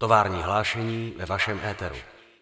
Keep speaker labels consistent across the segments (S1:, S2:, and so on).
S1: Tovární hlášení ve vašem éteru.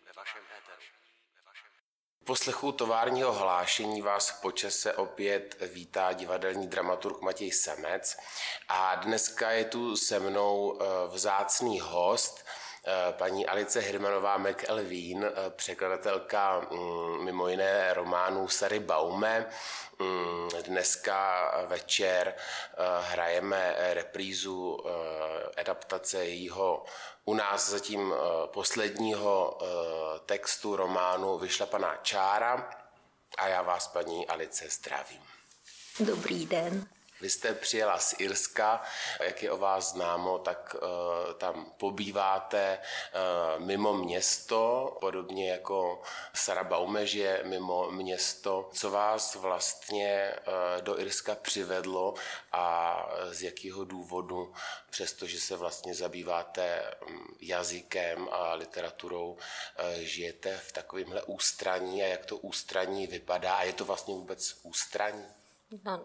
S2: V poslechu továrního hlášení vás po čase opět vítá divadelní dramaturg Matěj Semec a dneska je tu se mnou vzácný host, paní Alice Hirmanová McElveen, překladatelka mimo jiné románů Sary Baume. Dneska večer hrajeme reprízu adaptace jejího u nás zatím posledního textu románu Vyšlapaná čára a já vás, paní Alice, zdravím.
S3: Dobrý den.
S2: Vy jste přijela z Irska, jak je o vás známo, tak tam pobýváte mimo město, podobně jako Sara Baume žije mimo město. Co vás vlastně do Irska přivedlo a z jakého důvodu, přestože se vlastně zabýváte jazykem a literaturou, žijete v takovémhle ústraní a jak to ústraní vypadá a je to vlastně vůbec ústraní?
S3: No,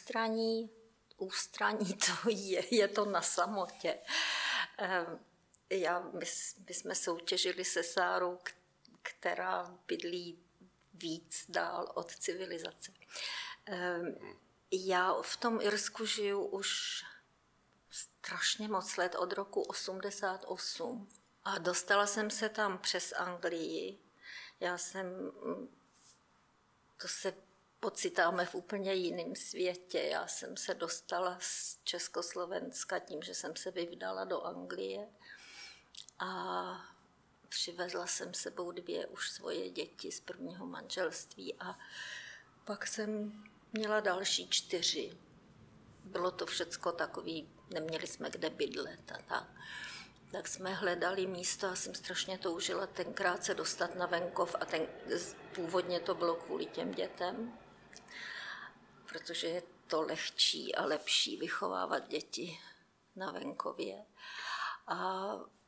S3: ústraní to je to na samotě. My jsme soutěžili se Sárou, která bydlí víc dál od civilizace. Já v tom Irsku žiju už strašně moc let, od roku 88. A dostala jsem se tam přes Anglii. To se pocitáme v úplně jiném světě. Já jsem se dostala z Československa tím, že jsem se vyvdala do Anglie a přivezla jsem sebou 2 už svoje děti z prvního manželství a pak jsem měla další 4. Bylo to všecko takový, neměli jsme kde bydlet a tak. Tak jsme hledali místo a jsem strašně toužila tenkrát se dostat na venkov a původně to bylo kvůli těm dětem, protože je to lehčí a lepší vychovávat děti na venkově. A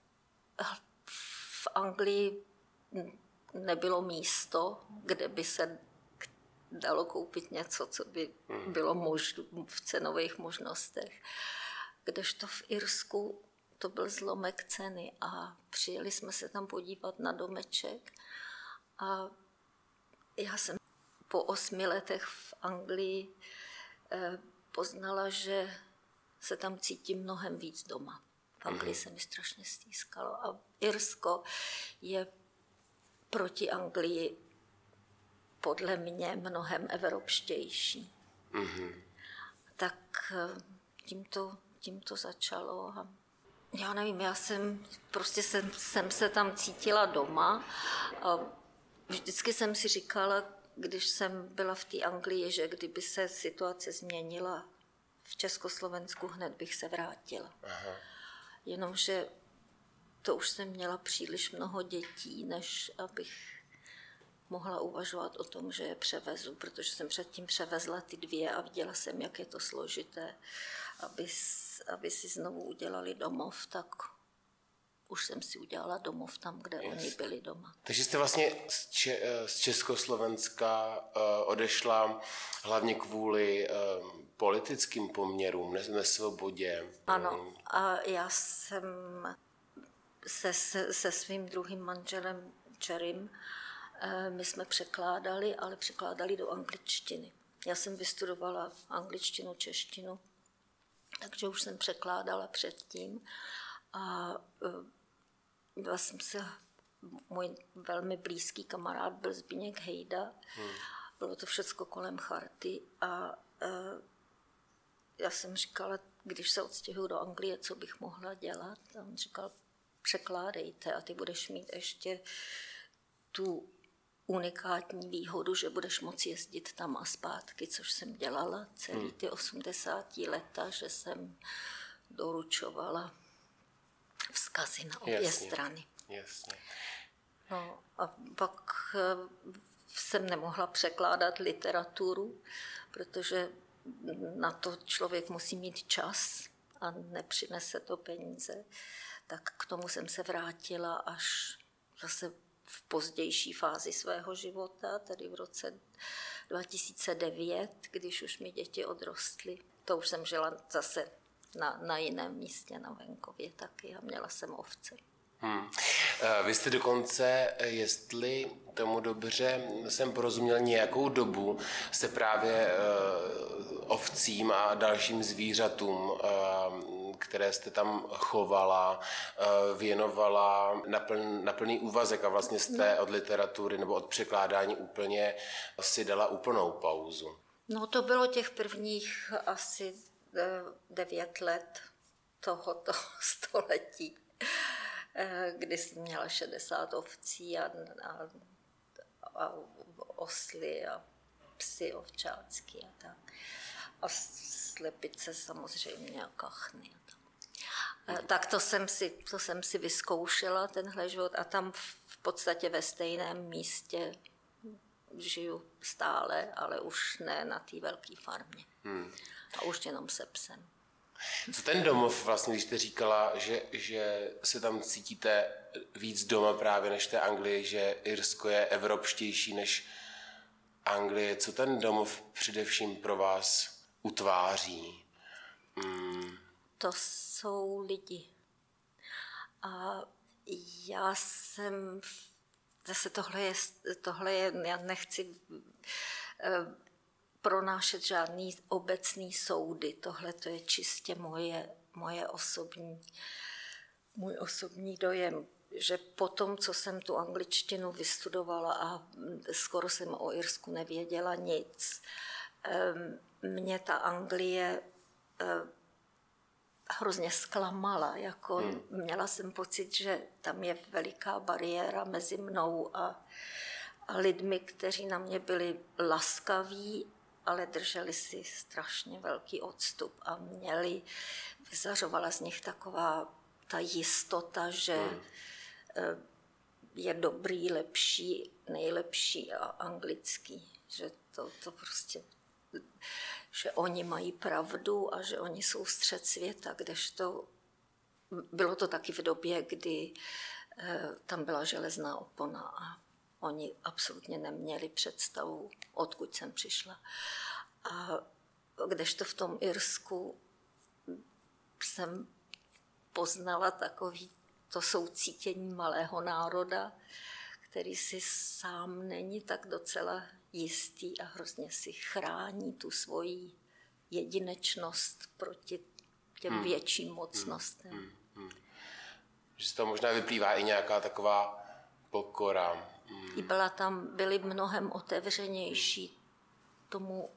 S3: v Anglii nebylo místo, kde by se dalo koupit něco, co by bylo v cenových možnostech. Kdežto v Irsku to byl zlomek ceny a přijeli jsme se tam podívat na domeček a já jsem po 8 letech v Anglii poznala, že se tam cítím mnohem víc doma. V Anglii se mi strašně stýskalo a Irsko je proti Anglii podle mě mnohem evropštější. Tak tím to začalo a já nevím, jsem se tam cítila doma a vždycky jsem si říkala, když jsem byla v té Anglii, že kdyby se situace změnila v Československu, hned bych se vrátila. Aha. Jenomže to už jsem měla příliš mnoho dětí, než abych mohla uvažovat o tom, že je převezu, protože jsem předtím převezla ty 2 a viděla jsem, jak je to složité, aby si znovu udělali domov, tak už jsem si udělala domov tam, kde oni byli doma.
S2: Takže jste vlastně z Československa odešla hlavně kvůli politickým poměrům, nesvobodě.
S3: Ano, a já jsem se svým druhým manželem Jerrym, my jsme překládali, ale překládali do angličtiny. Já jsem vystudovala angličtinu, češtinu, takže už jsem překládala předtím a můj velmi blízký kamarád byl Zbigněk Hejda. Bylo to všecko kolem charty a já jsem říkala, když se odstěhuju do Anglie, co bych mohla dělat. A on říkal, překládejte a ty budeš mít ještě tu unikátní výhodu, že budeš moci jezdit tam a zpátky, což jsem dělala celý ty 80 leta, že jsem doručovala vzkazy na obě strany.
S2: Jasně.
S3: No a pak jsem nemohla překládat literaturu, protože na to člověk musí mít čas a nepřinese to peníze. Tak k tomu jsem se vrátila až zase v pozdější fázi svého života, tedy v roce 2009, když už mi děti odrostly. To už jsem žila zase na jiném místě na venkově taky a měla jsem ovce.
S2: Vy jste dokonce, jestli tomu dobře jsem porozuměl, nějakou dobu se právě ovcím a dalším zvířatům, které jste tam chovala, věnovala na plný úvazek a vlastně jste od literatury nebo od překládání úplně si dala úplnou pauzu.
S3: No to bylo těch prvních asi 9 let tohoto století, kdy jsem měla 60 ovcí a osly a psy ovčácky a tak. A slepice samozřejmě a kachny. Tak to jsem si vyzkoušela, tenhle život, a tam v podstatě ve stejném místě žiju stále, ale už ne na té velké farmě. A už jenom se psem.
S2: Co ten domov vlastně, když jste říkala, že se tam cítíte víc doma právě než té Anglii, že Irsko je evropštější než Anglie, co ten domov především pro vás utváří?
S3: To jsou lidi. A já jsem, zase tohle je já nechci pronášet žádný obecný soudy. Tohle to je čistě můj osobní dojem, že po tom, co jsem tu angličtinu vystudovala a skoro jsem o Irsku nevěděla nic, mě ta Anglie hrozně zklamala. Měla jsem pocit, že tam je veliká bariéra mezi mnou a lidmi, kteří na mě byli laskaví, ale drželi si strašně velký odstup a vyzařovala z nich taková ta jistota, že je dobrý, lepší, nejlepší a anglický. Že to prostě, že oni mají pravdu a že oni jsou střed světa, kdežto bylo to taky v době, kdy tam byla železná opona a oni absolutně neměli představu, odkud jsem přišla. A kdežto v tom Irsku jsem poznala takový to soucítění malého národa, který si sám není tak docela jistý a hrozně si chrání tu svoji jedinečnost proti těm větším mocnostem.
S2: Že z toho možná vyplývá i nějaká taková pokora.
S3: Byli mnohem otevřenější tomu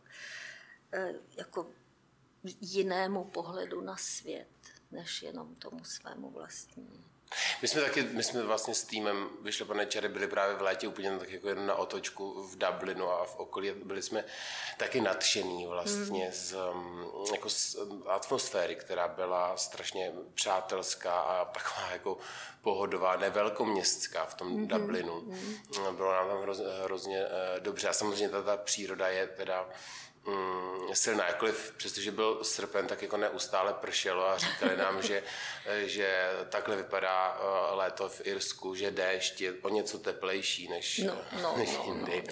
S3: jako jinému pohledu na svět, než jenom tomu svému vlastnímu.
S2: My jsme vlastně s týmem Vyšlepané čary byli právě v létě úplně tak jako jen na otočku v Dublinu a v okolí. Byli jsme taky nadšení vlastně z atmosféry, která byla strašně přátelská a taková jako pohodová, nevelkoměstská v tom Dublinu. Bylo nám tam hrozně dobře a samozřejmě ta příroda je teda silná, jakkoliv přestože byl srpen, tak jako neustále pršelo a říkali nám, že takhle vypadá léto v Irsku, že déšť je o něco teplejší než jindy.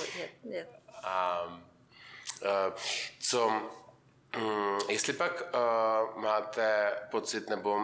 S2: Jestli pak máte pocit, nebo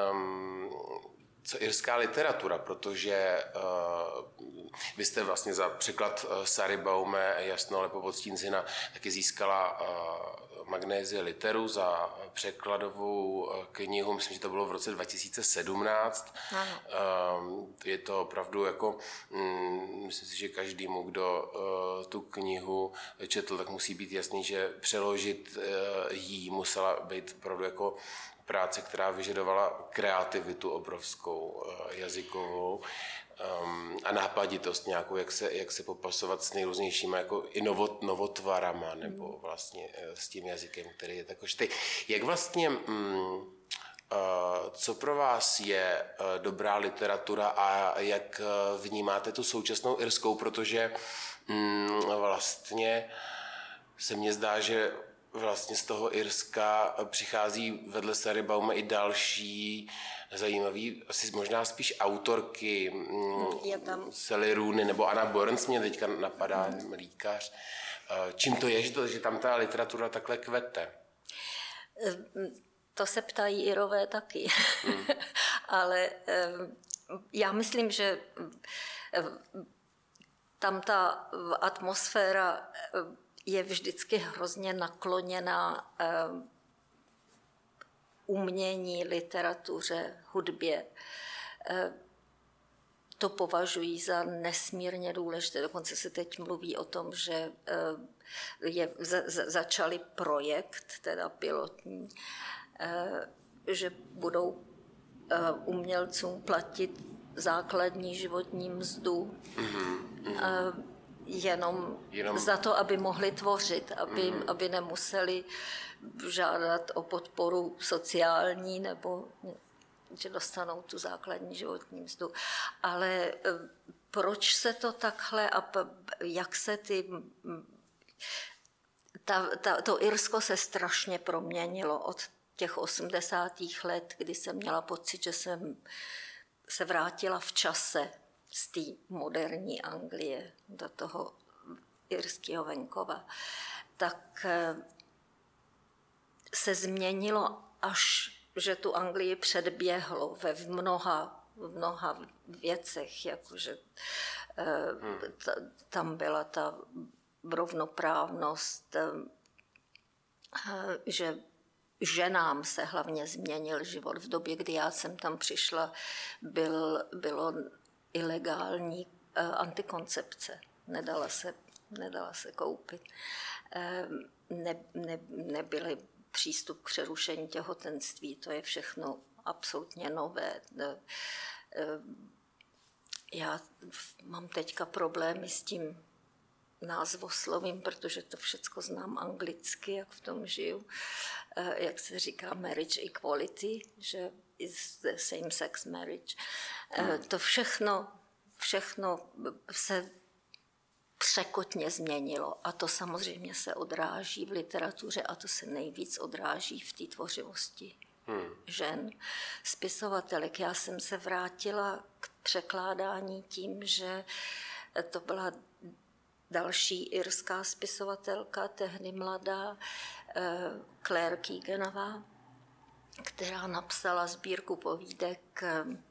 S2: co irská literatura, protože vy jste vlastně za překlad Sary Baume Jasno, Lepo pod Stínzina taky získala Magnézie Literu za překladovou knihu, myslím, že to bylo v roce 2017. Je to opravdu jako, myslím si, že každému, kdo tu knihu četl, tak musí být jasný, že přeložit jí musela být opravdu jako práce, která vyžadovala kreativitu obrovskou jazykovou a nápaditost nějakou, jak se popasovat s nejrůznějšíma jako i novotvarama nebo vlastně s tím jazykem, který je tak oštej. Jak vlastně, co pro vás je dobrá literatura a jak vnímáte tu současnou irskou, protože vlastně se mně zdá, že vlastně z toho Irska přichází vedle Sary Baume i další zajímavý, asi možná spíš autorky, Sally Rooney nebo Anna Burns mě teďka napadá, Mlíkař. Čím to je, že tam ta literatura takhle kvete?
S3: To se ptají Irové taky. Ale já myslím, že tam ta atmosféra je vždycky hrozně nakloněná umění, literatuře, hudbě. To považují za nesmírně důležité. Dokonce se teď mluví o tom, že začali projekt, teda pilotní, že budou umělcům platit základní životní mzdu jenom za to, aby mohli tvořit, aby nemuseli žádat o podporu sociální nebo že dostanou tu základní životní mzdu. Ale proč se to takhle a jak se to Irsko se strašně proměnilo od těch 80. let, kdy jsem měla pocit, že jsem se vrátila v čase z té moderní Anglie do toho irského venkova, tak se změnilo až, že tu Anglii předběhlo v mnoha věcech, jakože tam byla ta rovnoprávnost, že ženám se hlavně změnil život. V době, kdy já jsem tam přišla, bylo ilegální antikoncepce. Nedala se koupit. Nebyly přístup k přerušení těhotenství. To je všechno absolutně nové. Já mám teďka problémy s tím názvoslovím, protože to všecko znám anglicky, jak v tom žiju. Jak se říká marriage equality, že is the same sex marriage. To všechno se překotně změnilo a to samozřejmě se odráží v literatuře a to se nejvíc odráží v té tvořivosti žen, spisovatelek. Já jsem se vrátila k překládání tím, že to byla další irská spisovatelka, tehdy mladá, Claire Keeganová, která napsala sbírku povídek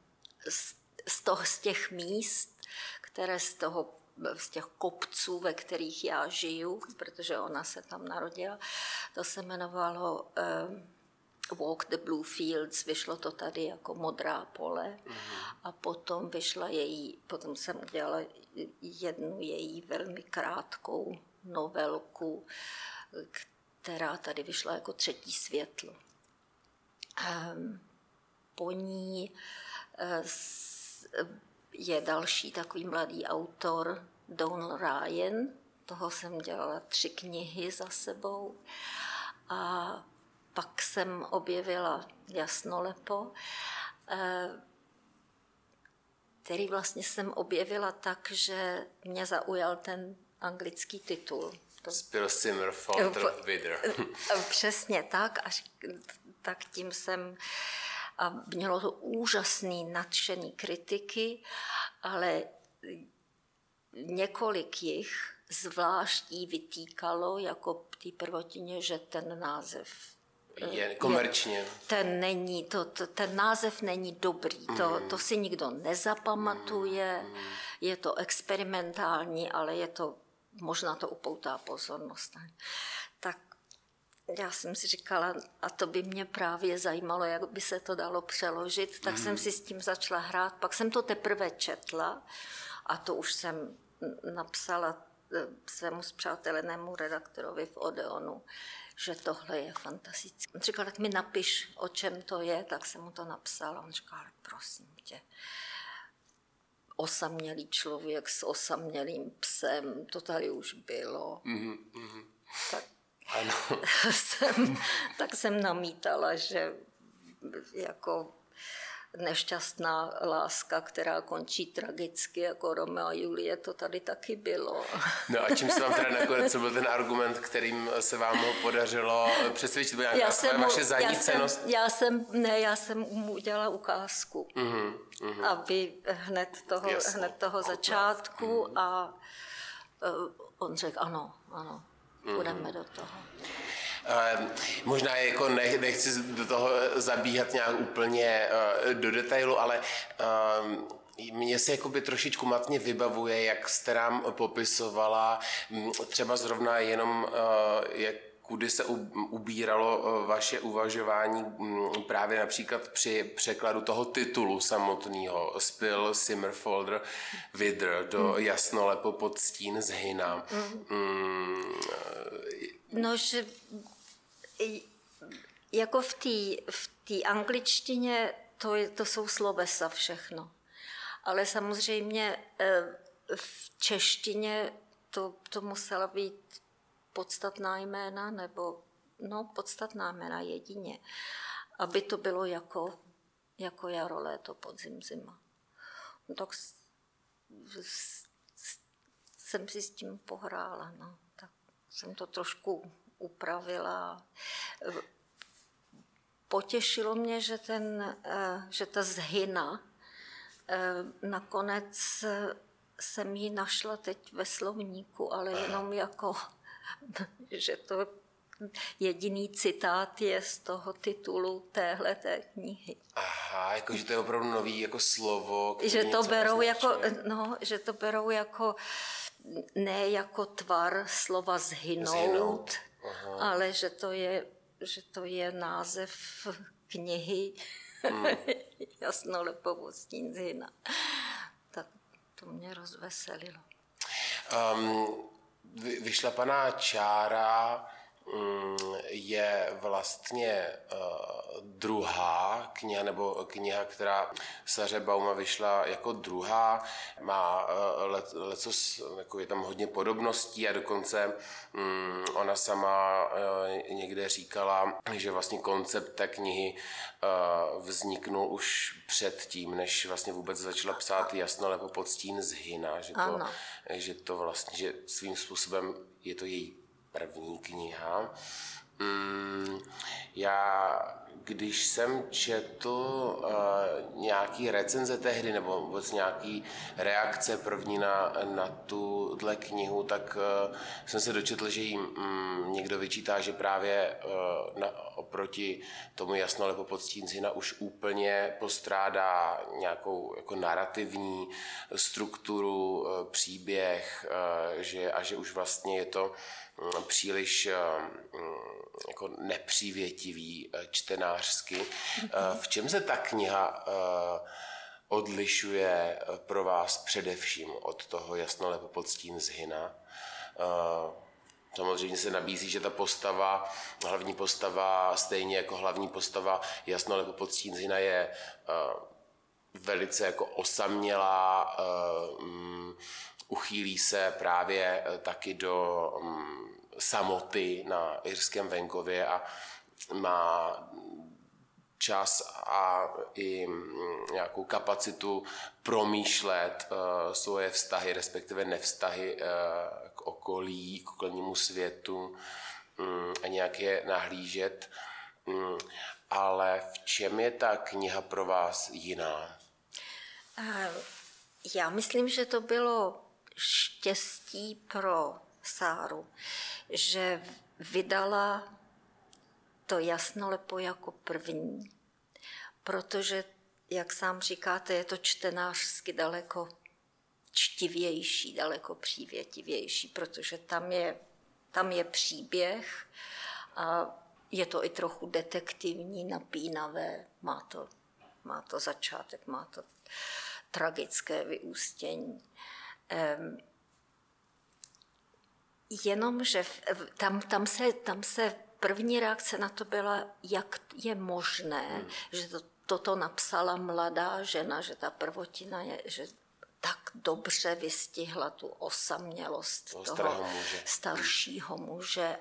S3: z těch míst, které z těch kopců, ve kterých já žiju, protože ona se tam narodila. To se jmenovalo Walk the Blue Fields, vyšlo to tady jako Modrá pole a potom jsem udělala jednu její velmi krátkou novelku, která tady vyšla jako Třetí světlo. Po ní je další takový mladý autor, Donal Ryan, toho jsem dělala 3 knihy za sebou a pak jsem objevila Jasnolepo, který vlastně jsem objevila tak, že mě zaujal ten anglický titul.
S2: Spill Simmer, Falter Wither.
S3: Přesně tak, tak tím jsem... A mělo to úžasný nadšený kritiky, ale několik jich zvláští vytýkalo jako té prvotině, že ten název
S2: je komerčně.
S3: Ten název není dobrý, to si nikdo nezapamatuje, je to experimentální, ale možná to upoutá pozornost. Tak já jsem si říkala, a to by mě právě zajímalo, jak by se to dalo přeložit, tak jsem si s tím začala hrát. Pak jsem to teprve četla a to už jsem napsala svému spřátelenému redaktorovi v Odeonu, že tohle je fantastické. On říkal, tak mi napiš, o čem to je, tak jsem mu to napsala. On říkal, ale prosím tě, osamělý člověk s osamělým psem, to tady už bylo. Tak
S2: ano.
S3: Tak jsem namítala, že jako nešťastná láska, která končí tragicky, jako Romeo a Julie, to tady taky bylo.
S2: No a čím se vám teda nakonec, co byl ten argument, kterým se vám ho podařilo přesvědčit, byla nějaká vaše zanícenost?
S3: Já jsem mu udělala ukázku, aby hned toho začátku a on řekl ano, půjdeme do toho.
S2: Možná jako nechci do toho zabíhat nějak úplně do detailu, ale mně se jakoby trošičku matně vybavuje, jak jste nám popisovala třeba zrovna jenom kudy se ubíralo vaše uvažování právě například při překladu toho titulu samotného Spil Simmerfolder Vidr do Jasnolepo pod stín zhyna.
S3: No, že jako v té angličtině to jsou slovesa všechno. Ale samozřejmě v češtině to musela být podstatná jména, nebo podstatná jména jedině, aby to bylo jako jaro, léto, podzim, zima. No, tak jsem si s tím pohrála, no. Tak jsem to trošku upravila. Potěšilo mě, že ta zhyna, nakonec jsem ji našla teď ve slovníku, ale jenom jako, že to jediný citát je z toho titulu téhleté knihy.
S2: Aha, jakože to je opravdu nový jako slovo.
S3: Že to berou jako ne jako tvar slova zhynout. Ale že to je název knihy Jasnolepo stín zhyna. Tak to mě rozveselilo.
S2: Vyšlapaná čára je vlastně druhá kniha, nebo kniha, která Saře Bauma vyšla jako druhá. Má lecos, jako je tam hodně podobností a dokonce ona sama někde říkala, že vlastně koncept té knihy vzniknul už předtím, než vlastně vůbec začala psát Jasnolepo pod stín zhyna, že to vlastně, že svým způsobem je to její první kniha. Já, když jsem četl nějaký recenze tehdy, nebo vůbec nějaký reakce první na tuhle knihu, tak jsem se dočetl, že jim někdo vyčítá, že právě oproti tomu Jasnolepo pod stín zhyna už úplně postrádá nějakou jako narrativní strukturu, příběh, že už vlastně je to příliš jako nepřívětivý čtenářsky. V čem se ta kniha odlišuje pro vás především od toho Jasnolepo pod stín zhyna? Samozřejmě se nabízí, že ta hlavní postava, stejně jako hlavní postava Jasnolepo pod stín zhyna je velice jako osamělá, uchýlí se právě taky do samoty na irském venkově a má čas a i nějakou kapacitu promýšlet svoje vztahy, respektive nevztahy k okolí, k okolnímu světu a nějak je nahlížet. Ale v čem je ta kniha pro vás jiná?
S3: Já myslím, že to bylo štěstí pro Sáru, že vydala to Jasnolepo jako první, protože, jak sám říkáte, je to čtenářsky daleko čtivější, daleko přívětivější, protože tam je příběh a je to i trochu detektivní, napínavé, má to začátek, má to tragické vyústění. Jenomže tam se první reakce na to byla, jak je možné, že toto napsala mladá žena, že ta prvotina je, že tak dobře vystihla tu osamělost toho staršího muže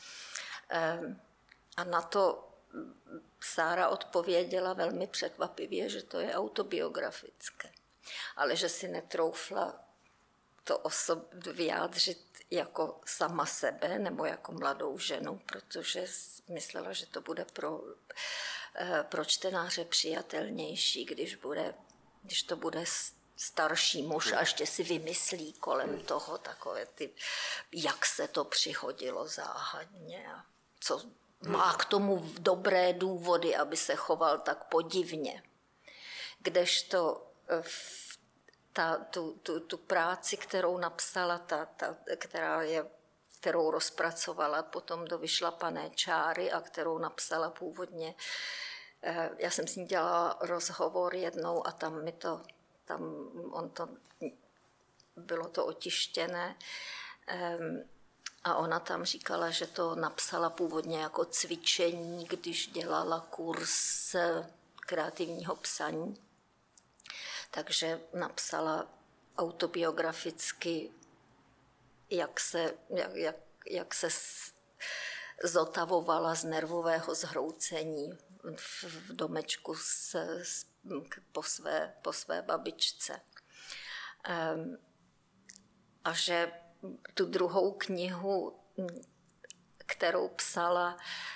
S3: a na to Sára odpověděla velmi překvapivě, že to je autobiografické, ale že si netroufla to vyjádřit jako sama sebe nebo jako mladou ženu, protože myslela, že to bude pro čtenáře přijatelnější, když to bude starší muž a ještě si vymyslí kolem toho takové jak se to přihodilo záhadně. co má k tomu dobré důvody, aby se choval tak podivně. Kdežto tu práci, kterou napsala, kterou rozpracovala potom do Vyšlapané čáry a kterou napsala původně, já jsem s ní dělala rozhovor jednou a bylo to otištěné a ona tam říkala, že to napsala původně jako cvičení, když dělala kurz kreativního psaní. Takže napsala autobiograficky, jak se zotavovala z nervového zhroucení v domečku po své babičce. A že tu druhou knihu, kterou psala,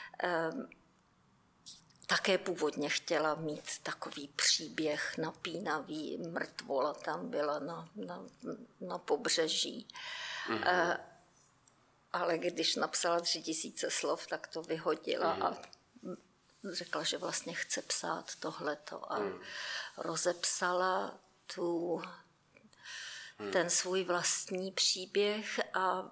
S3: také původně chtěla mít takový příběh napínavý, mrtvola tam byla na pobřeží. Mm-hmm. Ale když napsala 3000 slov, tak to vyhodila a řekla, že vlastně chce psát tohleto. A rozepsala ten svůj vlastní příběh a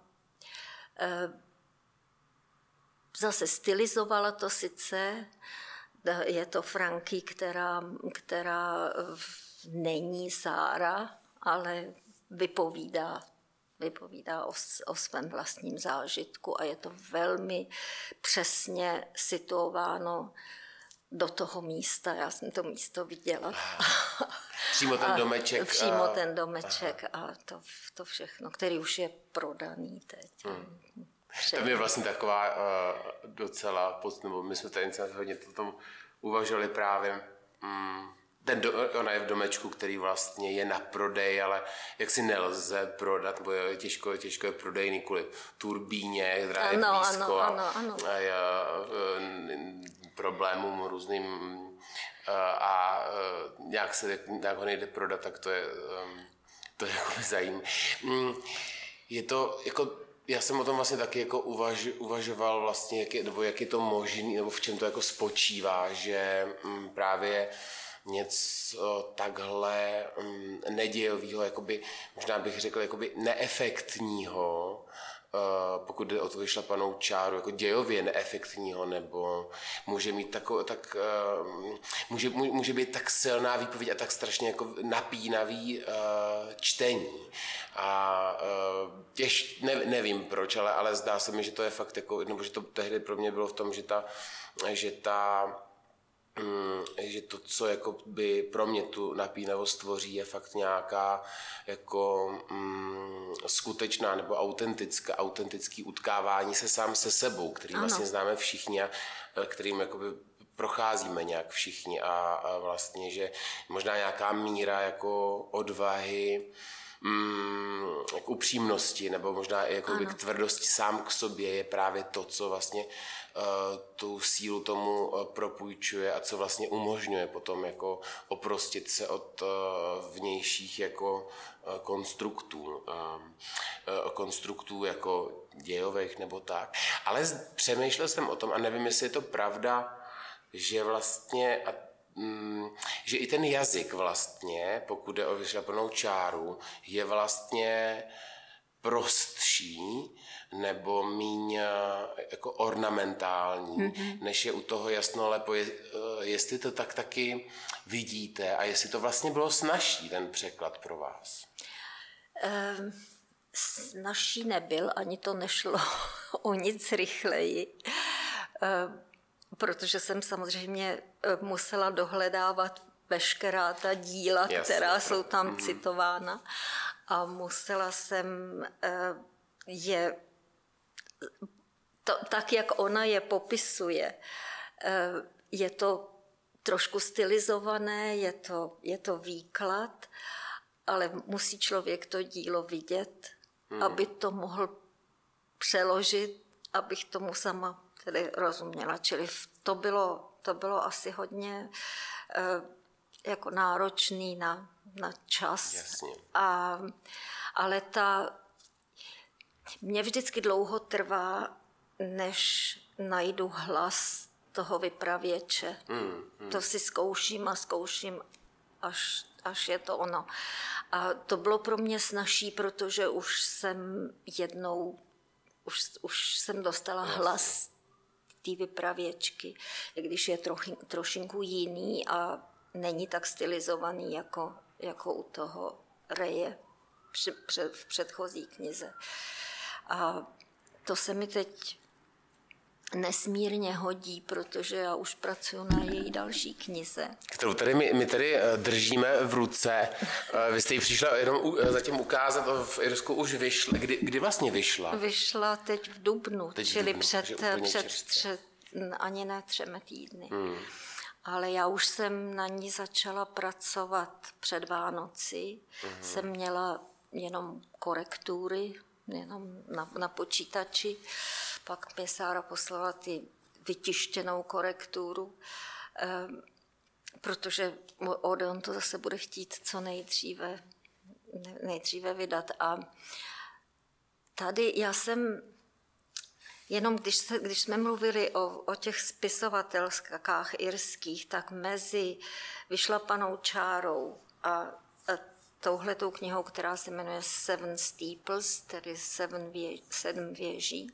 S3: zase stylizovala to sice. Je to Franky, která není Sára, ale vypovídá o svém vlastním zážitku a je to velmi přesně situováno do toho místa. Já jsem to místo viděla.
S2: Přímo ten domeček.
S3: Přímo ten domeček a to všechno, který už je prodaný teď.
S2: To je vlastně taková docela, nebo my jsme tady hodně o tom uvažovali právě, ona je v domečku, který vlastně je na prodej, ale jaksi nelze prodat, nebo je těžko je prodejný kvůli turbíně, která je blízko
S3: ano.
S2: a problémům různým a nějak ho nejde prodat, tak to je jako zajímavé. Je to jako já jsem o tom vlastně taky jako uvažoval vlastně, jak je to možný, nebo v čem to jako spočívá, že právě něco takhle nedějového, jakoby, možná bych řekl, jakoby neefektního, pokud jde o tu Vyšlapanou čáru, jako dějově neefektního, nebo může mít může být tak silná výpověď a tak strašně jako napínavý čtení. A nevím proč, ale zdá se mi, že to je fakt jako, nebo že to tehdy pro mě bylo v tom, že to, co jako by pro mě tu napínavost tvoří, je fakt nějaká jako skutečná nebo autentický utkávání se sám se sebou, který vlastně známe všichni a kterým jakoby procházíme nějak všichni a vlastně, že možná nějaká míra jako odvahy, k upřímnosti nebo možná i jako k tvrdosti sám k sobě je právě to, co vlastně tu sílu tomu propůjčuje a co vlastně umožňuje potom jako oprostit se od vnějších jako konstruktů jako dějových nebo tak. Ale přemýšlel jsem o tom a nevím, jestli je to pravda, že vlastně že i ten jazyk vlastně, pokud jde o Vyšlapanou čáru, je vlastně prostší nebo míň jako ornamentální, než je u toho Jasnolepo. Jestli to tak taky vidíte a jestli to vlastně bylo snazší ten překlad pro vás?
S3: Snazší nebyl, ani to nešlo o nic rychleji. Protože jsem samozřejmě musela dohledávat veškerá ta díla, která jsou tam citována a musela jsem tak, jak ona je popisuje, je to trošku stylizované, je to výklad, ale musí člověk to dílo vidět, aby to mohl přeložit, abych tomu sama tedy rozuměla. Čili to bylo asi hodně jako náročný na čas.
S2: Jasně.
S3: Ale mně vždycky dlouho trvá, než najdu hlas toho vypravěče. To si zkouším a zkouším, až je to ono. A to bylo pro mě snazší, protože už jsem jednou, už jsem dostala hlas té vypravěčky, i když je trošinku jiný a není tak stylizovaný jako u toho Reje v předchozí knize. A to se mi teď nesmírně hodí, protože já už pracuji na její další knize.
S2: Kterou tady my tady držíme v ruce. Vy jste ji přišla jenom zatím ukázat, v Irsku už vyšla. Kdy vlastně vyšla?
S3: Vyšla teď v dubnu, čili před ani ne 3 týdny. Ale já už jsem na ní začala pracovat před Vánoci. Jsem měla jenom korektury, jenom na počítači. Pak mě Sára poslala ty vytištěnou korekturu, protože Odeon to zase bude chtít co nejdříve vydat. A tady já jsem, jenom když jsme mluvili o těch spisovatelskách irských, tak mezi Vyšlapanou čárou a touhletou knihou, která se jmenuje Seven Steeples, tedy 7 věží,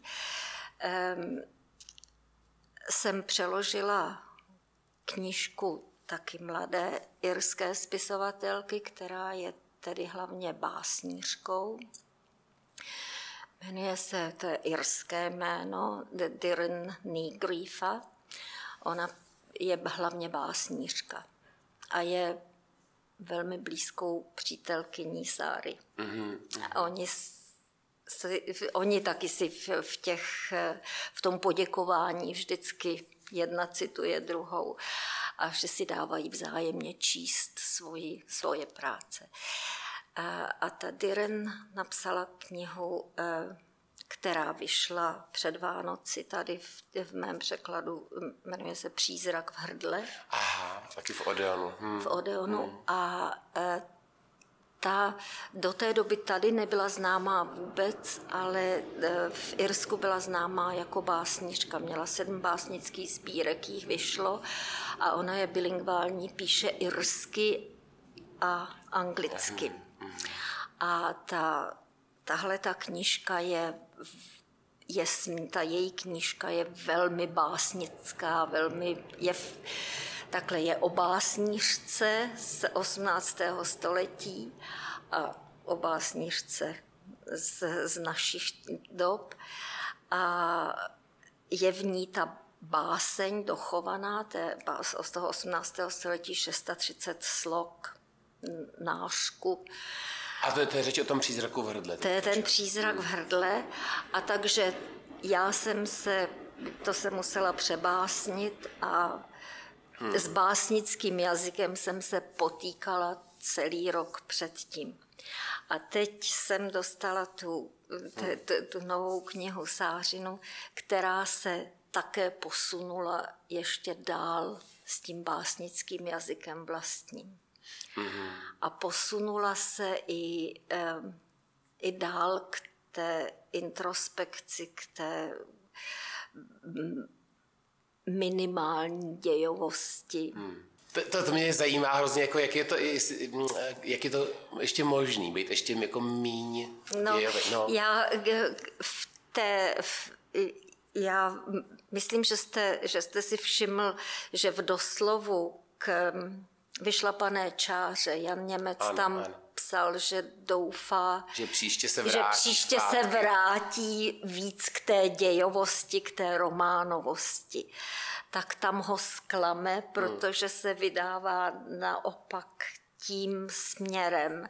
S3: jsem přeložila knížku taky mladé irské spisovatelky, která je tedy hlavně básnířkou. Jmenuje se, to je irské jméno, Doireann ní Ghríofa. Ona je hlavně básnířka a je velmi blízkou přítelkyní Sáry. A oni taky si v tom poděkování vždycky jedna cituje druhou a že si dávají vzájemně číst svoje práce. A ta Doireann napsala knihu, která vyšla před Vánoci tady v mém překladu, jmenuje se Přízrak v hrdle.
S2: Aha, taky v Odeonu.
S3: V Odeonu. A ta do té doby tady nebyla známá vůbec, ale v Irsku byla známá jako básnířka. Měla 7 básnických sbírek, jich vyšlo a ona je bilingvální, píše irsky a anglicky. A tahle ta knížka ta její knížka je velmi básnická, je o básnířce z 18. století a o básnířce z našich dob. A je v ní ta báseň dochovaná, z toho 18. století 630 slok, nářku.
S2: A to je řeč o tom přízraku v hrdle.
S3: To je ten přízrak v hrdle. A takže já jsem to se musela přebásnit a s básnickým jazykem jsem se potýkala celý rok předtím. A teď jsem dostala tu novou knihu Sářinu, která se také posunula ještě dál s tím básnickým jazykem vlastním. A posunula se i dál k té introspekci, k té minimální dějovosti.
S2: To mě zajímá hrozně, jako jak je to ještě možný, být ještě jako míň dějový. No.
S3: Já myslím, že jste si všiml, že v doslovu k Vyšlapané čáře Jan Němec tam psal, že doufá,
S2: že příště
S3: se vrátí víc k té dějovosti, k té románovosti. Tak tam ho zklame, protože se vydává naopak tím směrem,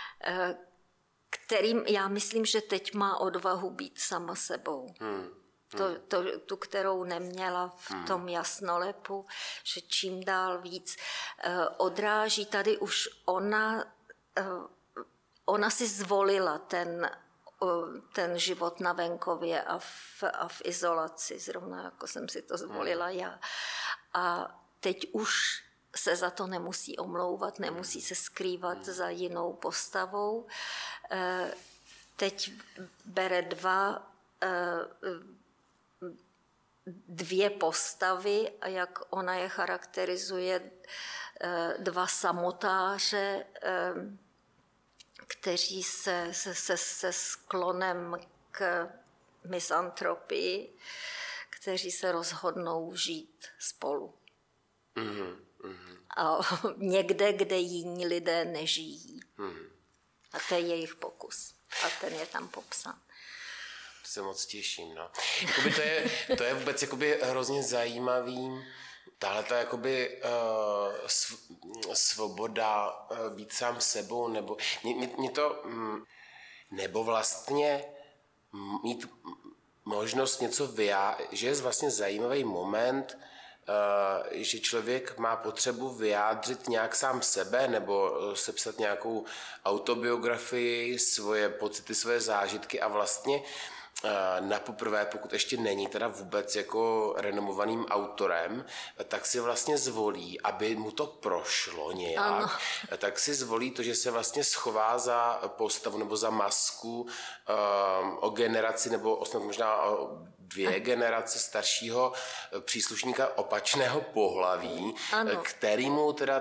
S3: kterým já myslím, že teď má odvahu být sama sebou. Tu, kterou neměla v tom jasnolepu, že čím dál víc odráží. Tady už ona si zvolila ten život na venkově a v izolaci, zrovna jako jsem si to zvolila já. A teď už se za to nemusí omlouvat, nemusí se skrývat za jinou postavou. Teď bere 2 dvě postavy a jak ona je charakterizuje, dva samotáře, kteří se sklonem k misantropii, kteří se rozhodnou žít spolu. A někde, kde jiní lidé nežijí. A to je jejich pokus. A ten je tam popsán.
S2: Se moc těším, no. Jakoby to je vůbec jakoby hrozně zajímavý. Tahleta jakoby svoboda být sám sebou, nebo mě to, nebo vlastně mít možnost něco že je vlastně zajímavý moment, že člověk má potřebu vyjádřit nějak sám sebe nebo sepsat nějakou autobiografii, svoje pocity, svoje zážitky a vlastně napoprvé, pokud ještě není teda vůbec jako renomovaným autorem, tak si vlastně zvolí, aby mu to prošlo nějak, ano. Tak si zvolí to, že se vlastně schová za postavu nebo za masku o generaci nebo snad možná o dvě generace staršího příslušníka opačného pohlaví, ano. Kterýmu teda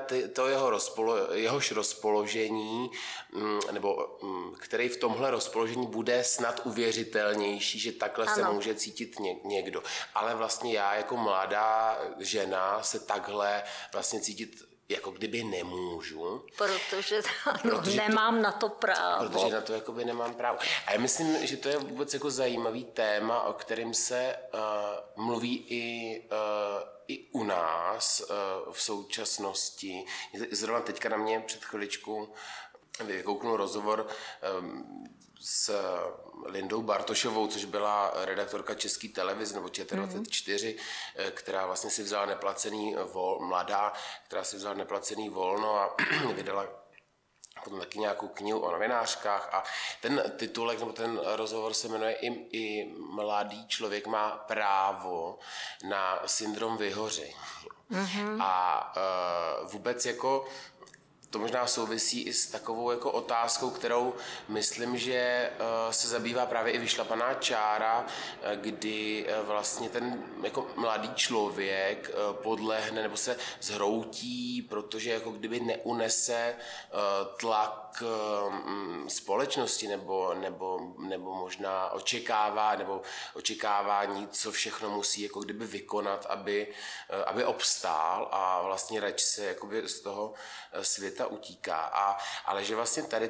S2: jehož rozpoložení, nebo který v tomhle rozpoložení bude snad uvěřitelnější, že takhle ano. se může cítit někdo. Ale vlastně já jako mladá žena se takhle vlastně cítit jako kdyby nemůžu.
S3: Protože nemám na to právo.
S2: Protože na to jakoby nemám právo. A já myslím, že to je vůbec jako zajímavý téma, o kterém se mluví i u nás v současnosti. Zrovna teďka na mě před chviličku vykouknul rozhovor s Lindou Bartošovou, což byla redaktorka České televize nebo ČT24, která vlastně si vzala mladá, která si vzala neplacený volno a vydala potom taky nějakou knihu o novinářkách a ten titulek nebo ten rozhovor se jmenuje I mladý člověk má právo na syndrom vyhoření. A vůbec jako to možná souvisí i s takovou jako otázkou, kterou myslím, že se zabývá právě i Vyšlapaná čára, kdy vlastně ten jako mladý člověk podlehne nebo se zhroutí, protože jako kdyby neunese tlak společnosti nebo možná očekávání, co všechno musí jako kdyby vykonat, aby obstál a vlastně radši se jakoby z toho světa utíká. Ale že vlastně tady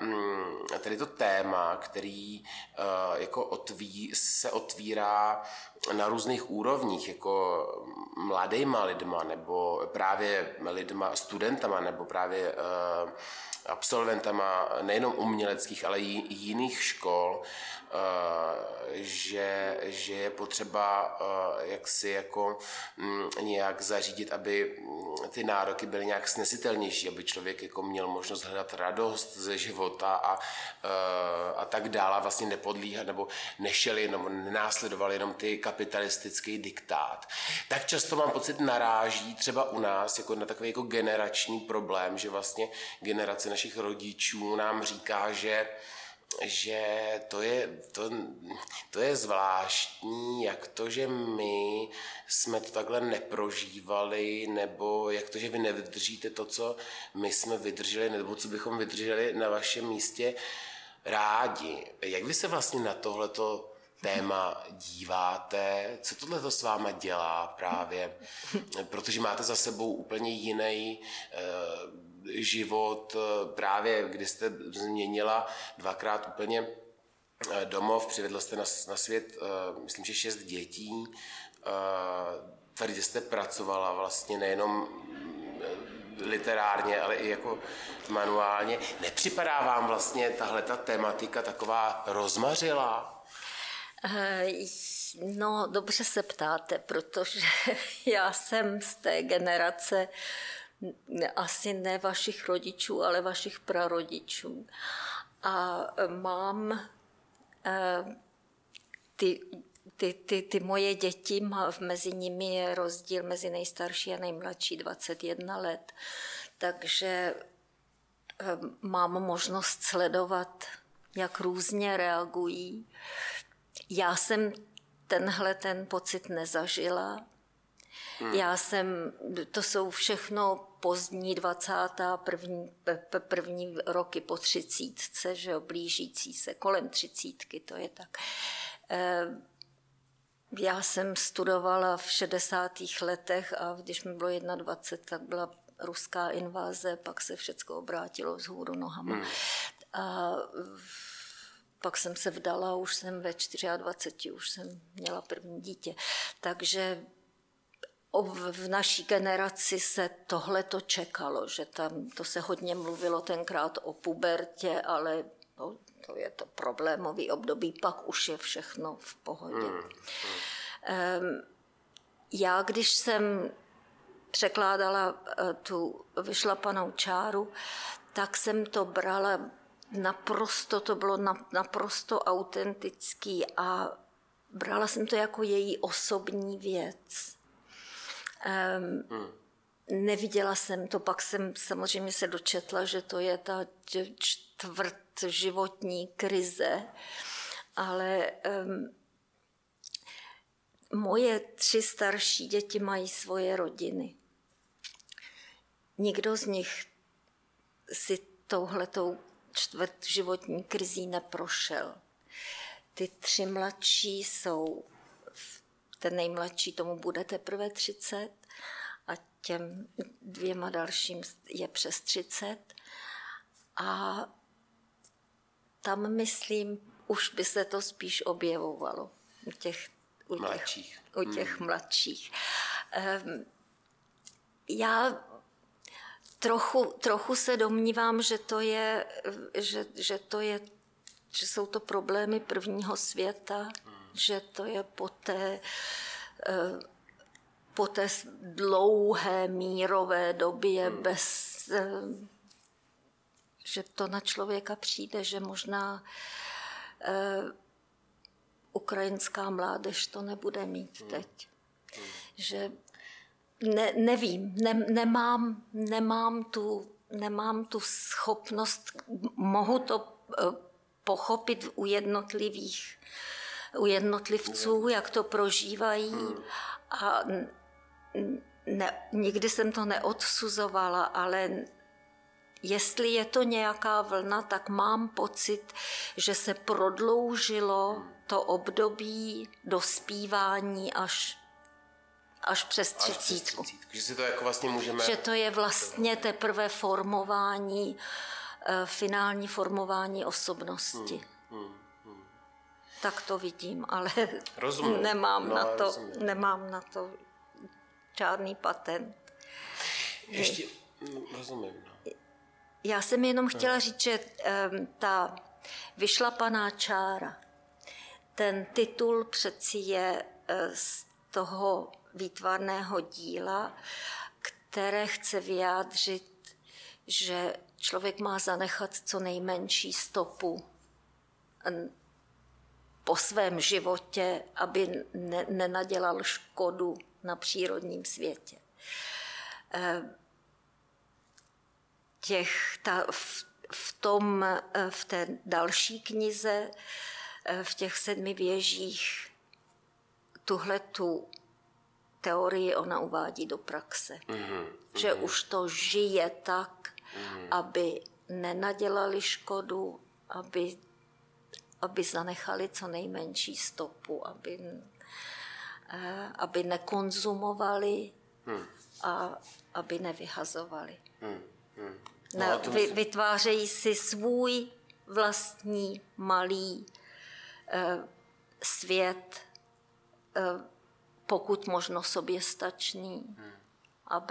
S2: to téma, který jako se otvírá na různých úrovních, jako mladýma lidma, nebo právě lidma, studentama, nebo právě absolventama nejenom uměleckých, ale i jiných škol, že je potřeba jaksi jako nějak zařídit, aby ty nároky byly nějak snesitelnější, aby člověk jako měl možnost hledat radost ze života a tak dále, vlastně nepodlíhat nebo nešel jenom, nenásledoval jenom ty kapitalistický diktát. Tak často mám pocit naráží třeba u nás jako na takový jako generační problém, že vlastně generace našich rodičů nám říká, že to je zvláštní, jak to, že my jsme to takhle neprožívali, nebo jak to, že vy nevydržíte to, co my jsme vydrželi, nebo co bychom vydrželi na vašem místě rádi. Jak vy se vlastně na tohleto téma díváte? Co tohleto s váma dělá právě? Protože máte za sebou úplně jiný život, právě kdy jste změnila dvakrát úplně domov, přivedla jste na svět, myslím, že 6 dětí, tvrdě jste pracovala vlastně nejenom literárně, ale i jako manuálně. Nepřipadá vám vlastně tahleta tematika taková rozmařilá?
S3: No, dobře se ptáte, protože já jsem z té generace asi ne vašich rodičů, ale vašich prarodičů. A mám ty moje děti, mezi nimi je rozdíl mezi nejstarší a nejmladší 21 let, takže mám možnost sledovat, jak různě reagují. Já jsem ten pocit nezažila. To jsou všechno pozdní 21. roky po 30, že jo, blížící se, kolem 30, to je tak. Já jsem studovala v 60. letech a když mi bylo 21, tak byla ruská inváze, pak se všecko obrátilo vzhůru nohama. A pak jsem se vdala, už jsem ve 24, už jsem měla první dítě. Takže v naší generaci se tohleto čekalo, že tam to se hodně mluvilo tenkrát o pubertě, ale to je to problémový období, pak už je všechno v pohodě. Já, když jsem překládala tu vyšlapanou čáru, tak jsem to brala naprosto, to bylo naprosto autentický a brala jsem to jako její osobní věc. Neviděla jsem to, pak jsem samozřejmě se dočetla, že to je ta čtvrt životní krize, ale moje 3 starší děti mají svoje rodiny. Nikdo z nich si touhletou čtvrt životní krizí neprošel. Ty 3 mladší jsou, ten nejmladší tomu bude teprve 30 a těm 2 dalším je přes 30. A tam, myslím, už by se to spíš objevovalo u těch mladších. Já trochu se domnívám, že jsou to problémy prvního světa, že to je po té dlouhé mírové době že to na člověka přijde, že možná ukrajinská mládež to nebude mít teď. Že nevím, nemám tu schopnost, mohu to pochopit u jednotlivců, jak to prožívají a nikdy jsem to neodsuzovala, ale jestli je to nějaká vlna, tak mám pocit, že se prodloužilo to období dospívání až přes 30.
S2: Že si to jako vlastně můžeme...
S3: Že to je vlastně teprve finální formování osobnosti. Tak to vidím, ale nemám na to žádný patent.
S2: Ještě rozumím.
S3: Já jsem jenom chtěla říct, že ta vyšlapaná čára, ten titul přeci je z toho výtvarného díla, které chce vyjádřit, že člověk má zanechat co nejmenší stopu po svém životě, aby nenadělal škodu na přírodním světě. V té další knize, v těch 7 věžích, tuhletu teorii ona uvádí do praxe. Že už to žije tak, aby nenadělali škodu, aby zanechali co nejmenší stopu, aby nekonzumovali a aby nevyhazovali. Vytvářejí si svůj vlastní malý svět, pokud možno soběstačný a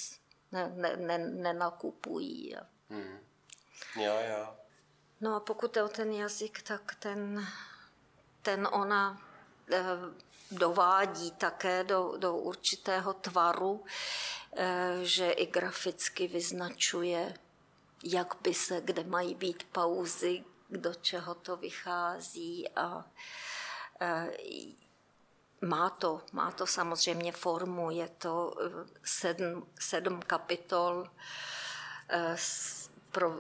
S3: nenakupují.
S2: Jo.
S3: No a pokud je o ten jazyk, tak ten ona dovádí také do určitého tvaru, že i graficky vyznačuje, kde mají být pauzy, do čeho to vychází a má to samozřejmě formu, je to 7 kapitol,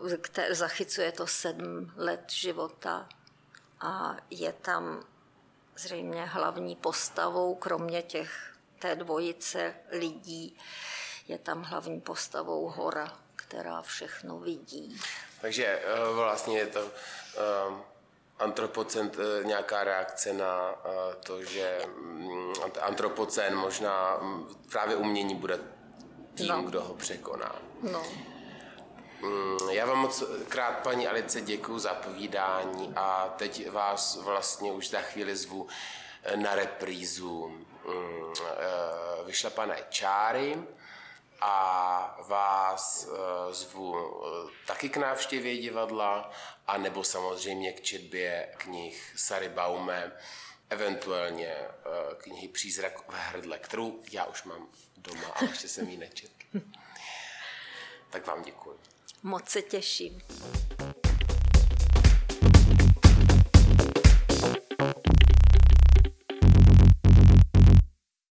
S3: zachycuje to 7 let života a je tam zřejmě hlavní postavou, kromě té dvojice lidí, je tam hlavní postavou hora, která všechno vidí.
S2: Takže vlastně je to antropocen, nějaká reakce na to, že antropocen možná právě umění bude tím, kdo ho překoná.
S3: No.
S2: Já vám moc krát, paní Alice, děkuju za povídání a teď vás vlastně už za chvíli zvu na reprízu Vyšlapané čáry a vás zvu taky k návštěvě divadla a nebo samozřejmě k četbě knih Sary Baume, eventuálně knihy Přízrak ve hrdle, kterou já už mám doma, ale ještě jsem ji nečetl. Tak vám děkuji.
S3: Moc se těším.